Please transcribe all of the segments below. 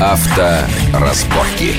Авторазборки.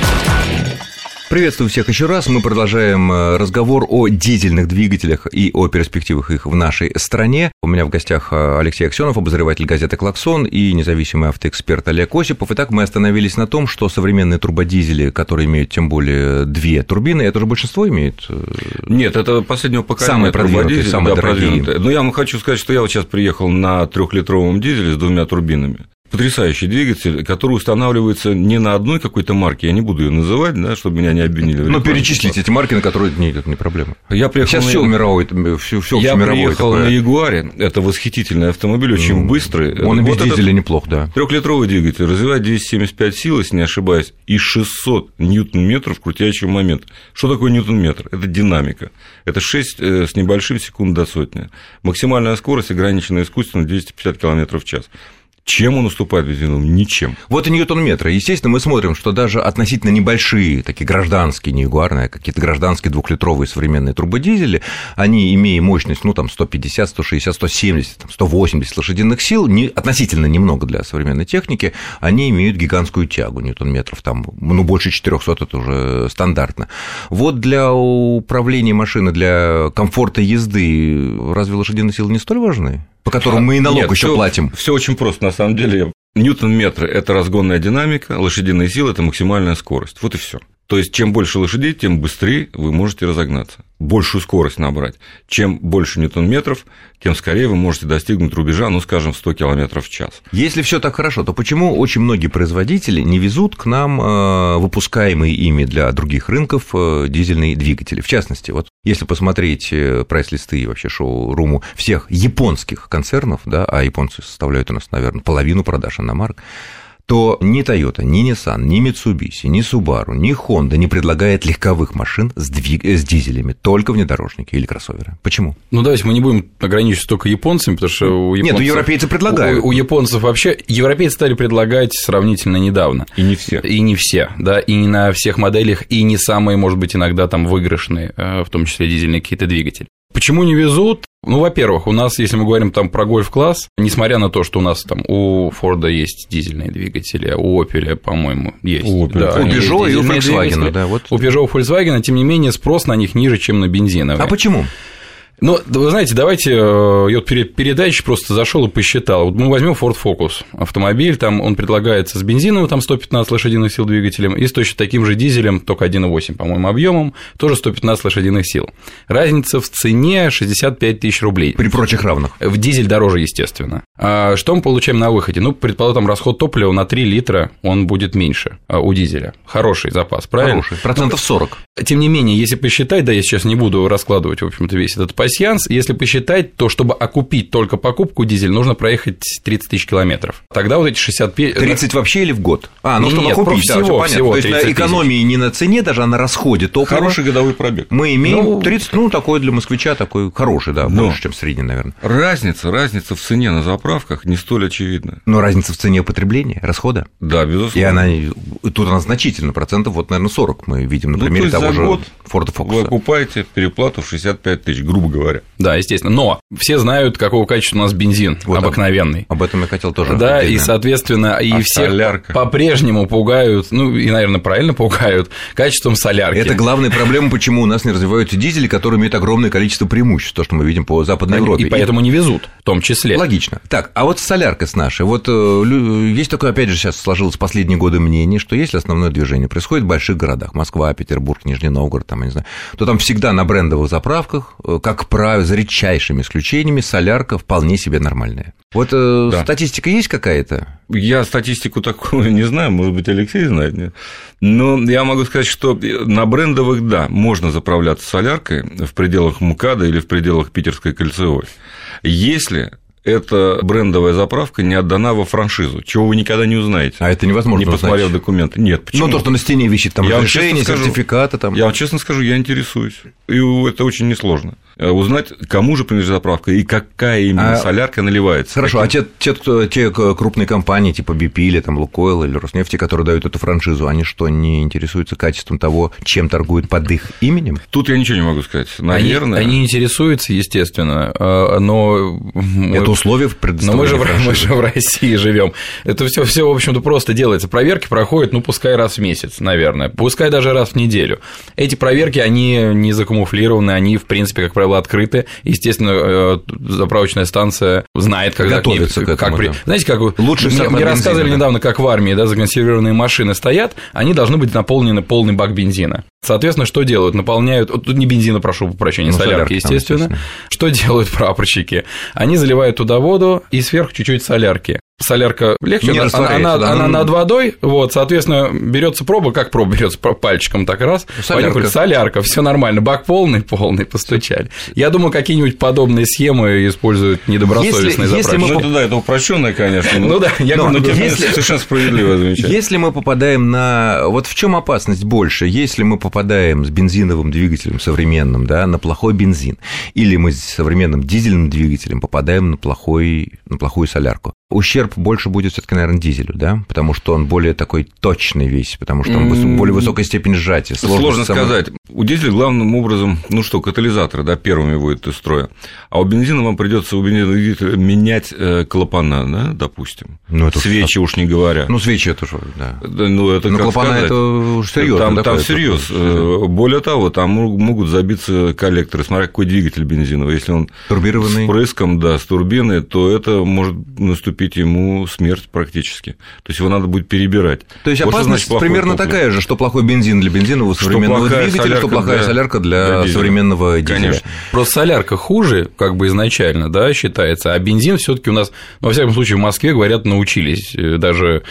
Приветствую всех еще раз. Мы продолжаем разговор о дизельных двигателях и о перспективах их в нашей стране. У меня в гостях Алексей Аксенов, обозреватель газеты «Клаксон», и независимый автоэксперт Олег Осипов. Итак, мы остановились на том, что современные турбодизели, которые имеют тем более две турбины, это уже большинство имеет? Нет, это последнего поколения. Самые продвинутые, самые дорогие. Но я вам хочу сказать, что я вот сейчас приехал на 3-литровом дизеле с двумя турбинами. Потрясающий двигатель, который устанавливается не на одной какой-то марке, я не буду ее называть, да, чтобы меня не обвинили. Но перечислить эти марки, на которые никак не проблема. Я приехал сейчас все мировое, я приехал на Ягуаре, это восхитительный автомобиль, очень быстрый. Он и без дизеля неплох, да. 3-литровый двигатель развивает 275 сил, если не ошибаюсь, и 600 ньютон-метров крутящего момента. Что такое ньютон-метр? Это динамика. Это 6 с небольшим секунд до сотни. Максимальная скорость ограничена искусственно 250 км в час. Чем он уступает бензиновому? Ничем. Вот и ньютон-метры. Естественно, мы смотрим, что даже относительно небольшие, такие гражданские, не ягуарные, а какие-то гражданские 2-литровые современные турбодизели, они, имея мощность, 150, 160, 170, 180 лошадиных сил, относительно немного для современной техники, они имеют гигантскую тягу ньютон-метров, там, больше 400, это уже стандартно. Вот для управления машиной, для комфорта езды, разве лошадиные силы не столь важны? По которым мы и налог еще платим. Все очень просто, на самом деле. Ньютон-метры – это разгонная динамика, лошадиные силы – это максимальная скорость. Вот и все. То есть, чем больше лошадей, тем быстрее вы можете разогнаться, большую скорость набрать. Чем больше ньютон-метров, тем скорее вы можете достигнуть рубежа, скажем, в 100 км в час. Если все так хорошо, то почему очень многие производители не везут к нам выпускаемые ими для других рынков дизельные двигатели? В частности, вот если посмотреть прайс-листы и вообще шоу-руму всех японских концернов, да, а японцы составляют у нас, наверное, половину продаж иномарок, то ни Toyota, ни Nissan, ни Mitsubishi, ни Subaru, ни Honda не предлагает легковых машин с дизелями, только внедорожники или кроссоверы. Почему? Давайте мы не будем ограничиваться только японцами, потому что у японцев... Нет, европейцы предлагают. У японцев вообще... Европейцы стали предлагать сравнительно недавно. И не все. И не все, да, и не на всех моделях, и не самые, может быть, иногда там выигрышные, в том числе дизельные какие-то двигатели. Почему не везут? Во-первых, у нас, если мы говорим там про гольф-класс, несмотря на то, что у нас там у Форда есть дизельные двигатели, у Opel, по-моему, есть. У Peugeot и у Volkswagen, да. Вот. У Peugeot и Volkswagen, тем не менее, спрос на них ниже, чем на бензиновые. А почему? Вы знаете, давайте, я вот перед передачей просто зашел и посчитал. Вот мы возьмем Ford Focus автомобиль, там он предлагается с бензиновым, там 115 лошадиных сил двигателем, и с точно таким же дизелем, только 1,8, по-моему, объемом, тоже 115 лошадиных сил. Разница в цене 65 тысяч рублей. При прочих равных. В дизель дороже, естественно. А что мы получаем на выходе? Предположим, расход топлива на 3 литра, он будет меньше у дизеля. Хороший запас, правильно? Хороший, процентов 40. Тем не менее, если посчитать, да, я сейчас не буду раскладывать, в общем-то, весь этот пасьянс, если посчитать, то чтобы окупить только покупку дизеля, нужно проехать 30 тысяч километров. Тогда вот эти 65... 30 вообще или в год? Чтобы окупить, всего, то есть на экономии не на цене, даже а на расходе топлива. Хороший годовой пробег. Мы имеем 30, такой для москвича, такой хороший, да, больше, чем средний, наверное. Разница в цене на заправках не столь очевидна. Но разница в цене потребления, расхода. Да, безусловно. И тут она значительна, процентов, наверное, 40 мы видим на примере того же Ford Focus. Вы окупаете переплату в 65 тысяч, грубо говоря. Да, естественно. Но все знают, какого качества у нас бензин обыкновенный. Об этом я хотел тоже. Да, отдельно. И, соответственно, и всех солярка. По-прежнему пугают, и, наверное, правильно пугают качеством солярки. Это главная проблема, почему у нас не развиваются дизели, которые имеют огромное количество преимуществ, то, что мы видим по Западной Европе. И поэтому не везут, в том числе. Логично. Так, а вот с соляркой с нашей. Вот есть такое, опять же, сейчас сложилось в последние годы мнение, что если основное движение происходит в больших городах, Москва, Петербург, Нижний Новгород, там, я не знаю, то там всегда на брендовых заправках, как правило, за редчайшими исключениями, солярка вполне себе нормальная. Вот да. Статистика есть какая-то? Я статистику такую не знаю, может быть, Алексей знает, нет? Но я могу сказать, что на брендовых, да, можно заправляться соляркой в пределах МКАДа или в пределах Питерской кольцевой, если эта брендовая заправка не отдана во франшизу, чего вы никогда не узнаете. А это невозможно узнать. Не посмотрев документы. Нет, почему? То, что на стене висит, там разрешение, сертификаты. Там. Я вам честно скажу, я интересуюсь. И это очень несложно. узнать, кому же принадлежит заправка и какая именно солярка наливается. Хорошо, а те крупные компании типа BP или там Лукойл или Роснефти, которые дают эту франшизу, они что, не интересуются качеством того, чем торгуют под их именем? Тут я ничего не могу сказать. Наверное. Они интересуются, естественно, но... Это условие предоставления франшизы. Мы же в России живем. Это все, в общем-то, просто делается. Проверки проходят, пускай раз в месяц, наверное, пускай даже раз в неделю. Эти проверки, они не закамуфлированы, они, в принципе, как правило, открыты. Естественно, заправочная станция знает, когда готовится к этому. Да. Знаете, как лучше мне рассказывали недавно, как в армии, да, законсервированные машины стоят, они должны быть наполнены полный бак бензина. Соответственно, что делают? Наполняют, тут не бензина, прошу прощения, солярки, естественно. Что делают прапорщики? Они заливают туда воду и сверху чуть-чуть солярки. Солярка легче, она над водой, вот, соответственно, берется проба, как проба берется пальчиком, так раз, солярка, все нормально, бак полный, постучали. Я думаю, какие-нибудь подобные схемы используют недобросовестные заправщики. Да, это упрощенное, конечно. Ну да, я говорю, совершенно справедливое замечание. Если мы попадаем на... Вот в чем опасность больше? Если мы попадаем с бензиновым двигателем современным, да, на плохой бензин, или мы с современным дизельным двигателем попадаем на плохую солярку. Ущерб больше будет все-таки, наверное, дизелю, да, потому что он более такой точный весь, потому что он более высокая степень сжатия. Сложно сказать. У дизеля главным образом, катализаторы, да, первыми выйдут из строя, а у бензина вам придется у бензинового двигателя менять клапана, да, допустим. Свечи уж не говоря. Свечи это же, да. Это как клапана сказать? Это уж серьезно. Там всерьез. Более того, там могут забиться коллекторы, смотря какой двигатель бензиновый. Если он турбированный, с впрыском, да, с турбиной, то это может наступить ему смерть практически. То есть его надо будет перебирать. То есть опасность примерно такая же, что плохой бензин для бензинового современного двигателя, что плохая солярка для современного дизеля. Конечно. Просто солярка хуже, как бы изначально, да, считается, а бензин все-таки у нас, во всяком случае, в Москве, говорят, научились, даже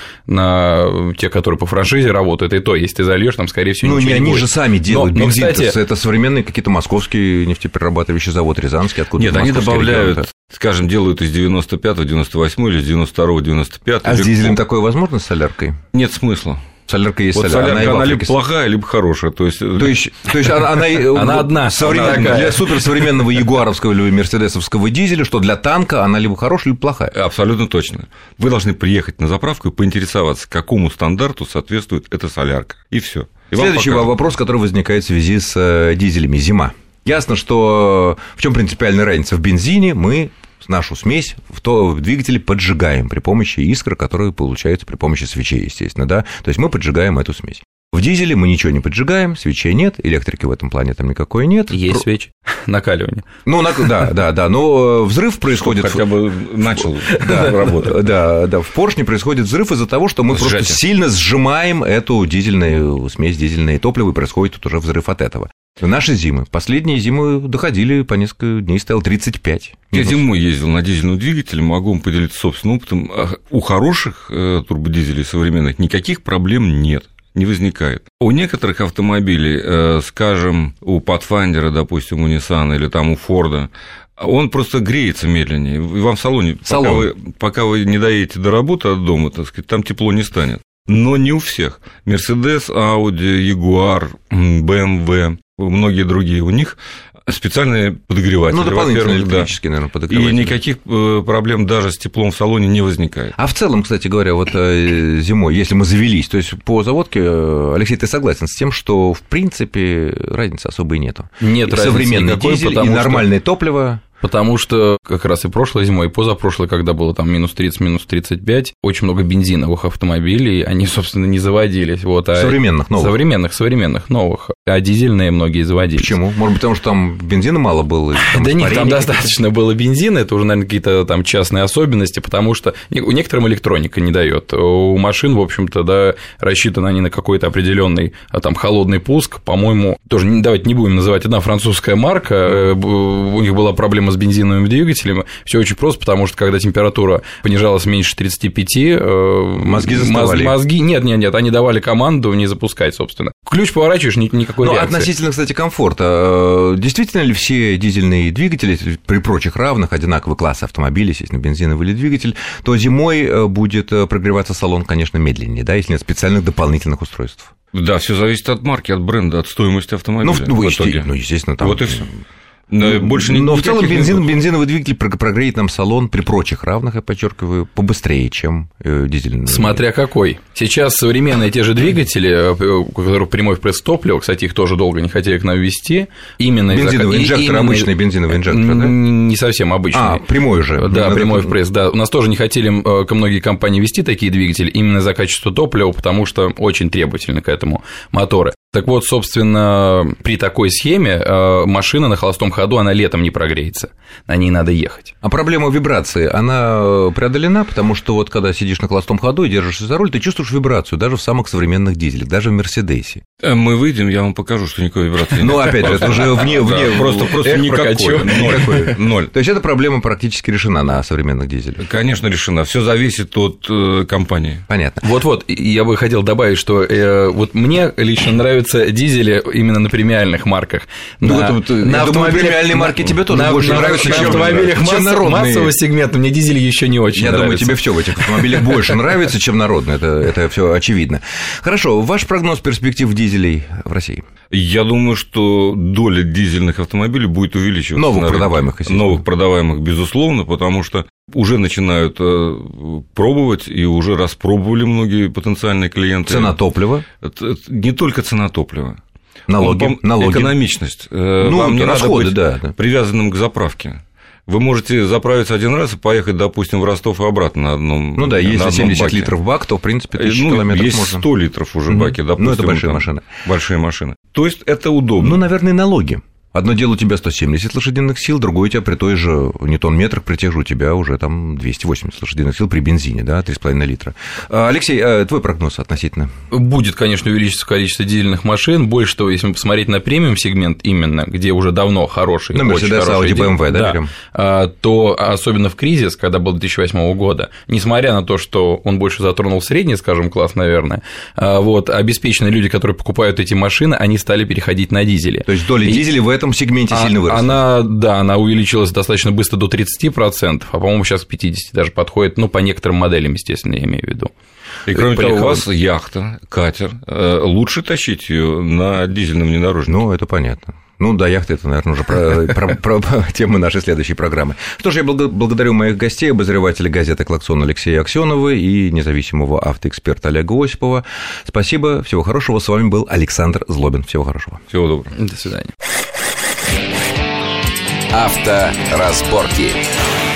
на те, которые по франшизе работают, и то, если ты зальешь, там, скорее всего, ничего не будет. Они же сами делают бензин, кстати... это современные какие-то московские нефтеперерабатывающий завод, Рязанский, откуда. Нет, они добавляют, скажем, делают из 95-го, 98-го или из 92-го, 95-го. А с дизелем такое возможно с соляркой? Нет смысла. Солярка есть солярка, она либо плохая, либо хорошая. То есть она одна. Для суперсовременного ягуаровского или мерседесовского дизеля, что для танка она либо хорошая, либо плохая. Абсолютно точно. Вы должны приехать на заправку и поинтересоваться, какому стандарту соответствует эта солярка. И все. Следующий вопрос, который возникает в связи с дизелями. Зима. Ясно, что в чем принципиальная разница? В бензине мы нашу смесь в двигателе поджигаем при помощи искр, которые получаются при помощи свечей, естественно, да, то есть мы поджигаем эту смесь. В дизеле мы ничего не поджигаем, свечей нет, электрики в этом плане там никакой нет. Есть свечи, накаливание. Да, но взрыв происходит... Хотя бы начал работать. Да, в поршне происходит взрыв из-за того, что мы просто сильно сжимаем эту дизельную смесь, дизельное топливо, и происходит тут уже взрыв от этого. Наши зимы. Последние зимы доходили, по несколько дней стоял 35. Я зимой ездил на дизельном двигателе, могу вам поделиться собственным опытом. У хороших турбодизелей современных никаких проблем нет. Не возникает. У некоторых автомобилей, скажем, у Pathfinder, допустим, у Nissan или там у Ford, он просто греется медленнее. И вам в салоне, пока вы не доедете до работы от дома, так сказать, там тепло не станет. Но не у всех. Mercedes, Audi, Jaguar, BMW, многие другие, у них специальные подогреватели. Дополнительные электрические, наверное, подогреватели. И никаких проблем даже с теплом в салоне не возникает. А в целом, кстати говоря, вот зимой, если мы завелись, то есть по заводке, Алексей, ты согласен с тем, что в принципе разницы особой нету? Нет разницы современный никакой, дизель и нормальное топливо. Потому что как раз и прошлой зимой, и позапрошлой, когда было там минус 30, минус 35, очень много бензиновых автомобилей, они, собственно, не заводились. Вот, современных, новых? Современных, новых. А дизельные многие заводились. Почему? Может быть, потому что там бензина мало было? Да нет, там достаточно было бензина, это уже, наверное, какие-то там частные особенности, потому что у некоторым электроника не дает. У машин, в общем-то, да, рассчитаны они на какой-то определенный там холодный пуск, по-моему, тоже давайте не будем называть, одна французская марка, у них была проблема с бензиновым двигателем. Все очень просто, потому что когда температура понижалась меньше 35, мозги заставали. Нет, они давали команду не запускать, собственно. Ключ поворачиваешь, никакой реакции. Относительно, кстати, комфорта. Действительно ли все дизельные двигатели при прочих равных, одинаковый класс автомобилей, естественно, бензиновый или двигатель, то зимой будет прогреваться салон, конечно, медленнее, да, если нет специальных дополнительных устройств? Да, все зависит от марки, от бренда, от стоимости автомобиля. Естественно, там. Вот и все. Больше но в целом бензиновый двигатель прогреет нам салон при прочих равных, я подчеркиваю, побыстрее, чем дизельный. Смотря какой. Сейчас современные те же двигатели, которые прямой впрыск топлива, кстати, их тоже долго не хотели к нам ввести, именно бензиновый инжектор, обычный бензиновый инжектор, да? Не совсем обычный. Прямой же. Да, прямой впрыск, да. У нас тоже не хотели многие компании ввести такие двигатели именно за качество топлива, потому что очень требовательны к этому моторы. Так вот, собственно, при такой схеме машина на холостом ходу, она летом не прогреется, на ней надо ехать. А проблема вибрации, она преодолена, потому что вот когда сидишь на холостом ходу и держишься за руль, ты чувствуешь вибрацию даже в самых современных дизелях, даже в Мерседесе. Мы выйдем, я вам покажу, что никакой вибрации нет. Ну, опять же, это уже вне просто никакой. Ноль. То есть эта проблема практически решена на современных дизелях? Конечно, решена. Все зависит от компании. Понятно. Вот-вот, я бы хотел добавить, что вот мне лично нравятся дизели именно на премиальных марках. На премиальной марке тебе тоже больше нравится, чем на автомобилях массового сегмента. Мне дизели еще не очень нравятся. Я думаю, тебе все в этих автомобилях больше нравится, чем народные. Это все очевидно. Хорошо, ваш прогноз перспектив дизелей в России? Я думаю, что доля дизельных автомобилей будет увеличиваться. Новых продаваемых, естественно. Новых продаваемых, безусловно, потому что уже начинают пробовать, и уже распробовали многие потенциальные клиенты. Цена топлива? Не только цена топлива. Налоги. Экономичность. Вам не расходы, надо быть привязанным к заправке. Вы можете заправиться один раз и поехать, допустим, в Ростов и обратно на одном. Ну да, если 70 литров бак, то, в принципе, 1000 километров есть можно. 100 литров уже баки, допустим. Ну, это большие машины. Большие машины. То есть, это удобно. Ну, наверное, налоги. Одно дело у тебя 170 лошадиных сил, другое у тебя при той же ньютон-метрах, при тех же у тебя уже там 280 лошадиных сил при бензине, да, 3,5 литра. Алексей, твой прогноз относительно? Будет, конечно, увеличиться количество дизельных машин. Больше того, если посмотреть на премиум-сегмент именно, где уже давно хороший, ну, очень Mercedes, хороший, Audi, BMW, да, берем? То особенно в кризис, когда был 2008 года, несмотря на то, что он больше затронул средний, скажем, класс, наверное, вот, обеспеченные люди, которые покупают эти машины, они стали переходить на дизели. То есть доля дизелей в этом сегменте сильно выросла. Она увеличилась достаточно быстро до 30%, а, по-моему, сейчас к 50% даже подходит, ну, по некоторым моделям, естественно, я имею в виду. И кроме того, у вас яхта, катер, лучше тащить ее на дизельном внедорожнике. Ну, это понятно. Ну, да, яхта – это, наверное, уже про темы нашей следующей программы. Что ж, я благодарю моих гостей, обозревателя газеты «Клаксон» Алексея Аксёнова и независимого автоэксперта Олега Осипова. Спасибо, всего хорошего. С вами был Александр Злобин. Всего хорошего. Всего доброго. До свидания. Авторазборки.